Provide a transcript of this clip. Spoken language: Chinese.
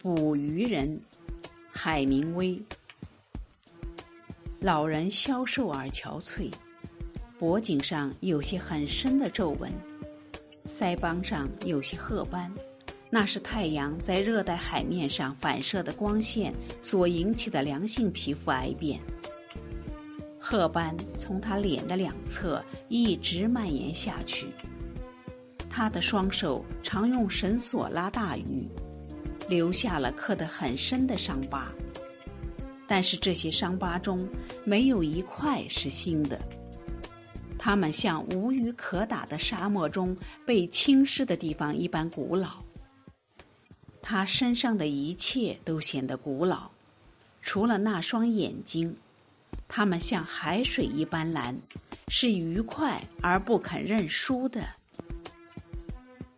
捕鱼人，海明威。老人消瘦而憔悴，脖颈上有些很深的皱纹，腮帮上有些褐斑，那是太阳在热带海面上反射的光线所引起的良性皮肤癌变。褐斑从他脸的两侧一直蔓延下去。他的双手常用绳索拉大鱼，留下了刻得很深的伤疤。但是这些伤疤中没有一块是新的，它们像无鱼可打的沙漠中被侵蚀的地方一般古老。他身上的一切都显得古老，除了那双眼睛，它们像海水一般蓝，是愉快而不肯认输的。